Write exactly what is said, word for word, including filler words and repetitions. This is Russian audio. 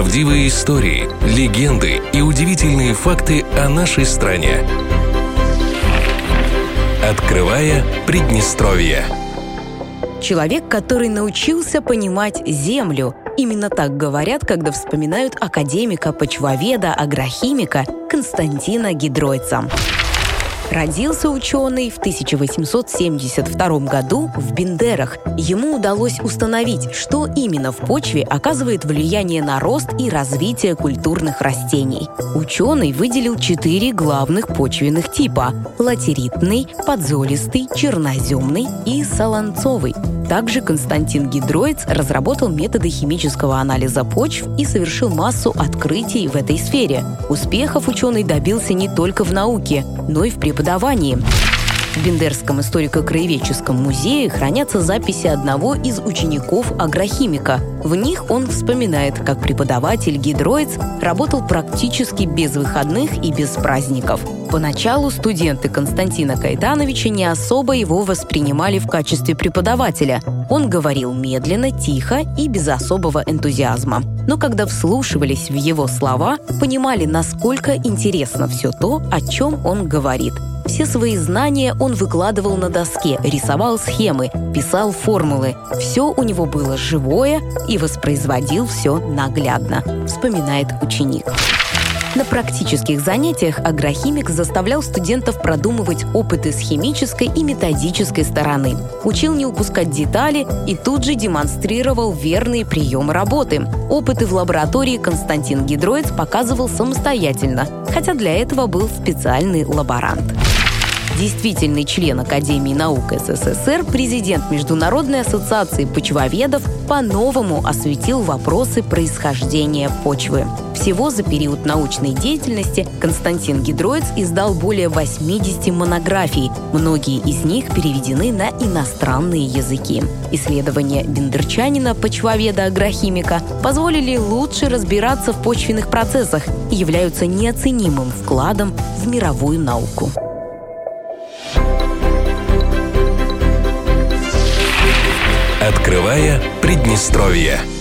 Правдивые истории, легенды и удивительные факты о нашей стране. Открывая Приднестровье. Человек, который научился понимать землю. Именно так говорят, когда вспоминают академика, почвоведа, агрохимика Константина Гидройца. Родился ученый в тысяча восемьсот семьдесят втором году в Бендерах. Ему удалось установить, что именно в почве оказывает влияние на рост и развитие культурных растений. Ученый выделил четыре главных почвенных типа – латеритный, подзолистый, черноземный и солонцовый. Также Константин Гидройц разработал методы химического анализа почв и совершил массу открытий в этой сфере. Успехов ученый добился не только в науке, но и в преподавании. В Бендерском историко-краеведческом музее хранятся записи одного из учеников агрохимика. В них он вспоминает, как преподаватель Гидройц работал практически без выходных и без праздников. Поначалу студенты Константина Кайтановича не особо его воспринимали в качестве преподавателя. Он говорил медленно, тихо и без особого энтузиазма. Но когда вслушивались в его слова, понимали, насколько интересно все то, о чем он говорит. Все свои знания он выкладывал на доске, рисовал схемы, писал формулы. Все у него было живое и воспроизводил все наглядно, вспоминает ученик. На практических занятиях агрохимик заставлял студентов продумывать опыты с химической и методической стороны. Учил не упускать детали и тут же демонстрировал верные приемы работы. Опыты в лаборатории Константин Гидройц показывал самостоятельно, хотя для этого был специальный лаборант. Действительный член Академии наук СССР, президент Международной ассоциации почвоведов, по-новому осветил вопросы происхождения почвы. Всего за период научной деятельности Константин Гидройц издал более восьмидесяти монографий. Многие из них переведены на иностранные языки. Исследования бендерчанина, почвоведа-агрохимика, позволили лучше разбираться в почвенных процессах и являются неоценимым вкладом в мировую науку. Открывая Приднестровье.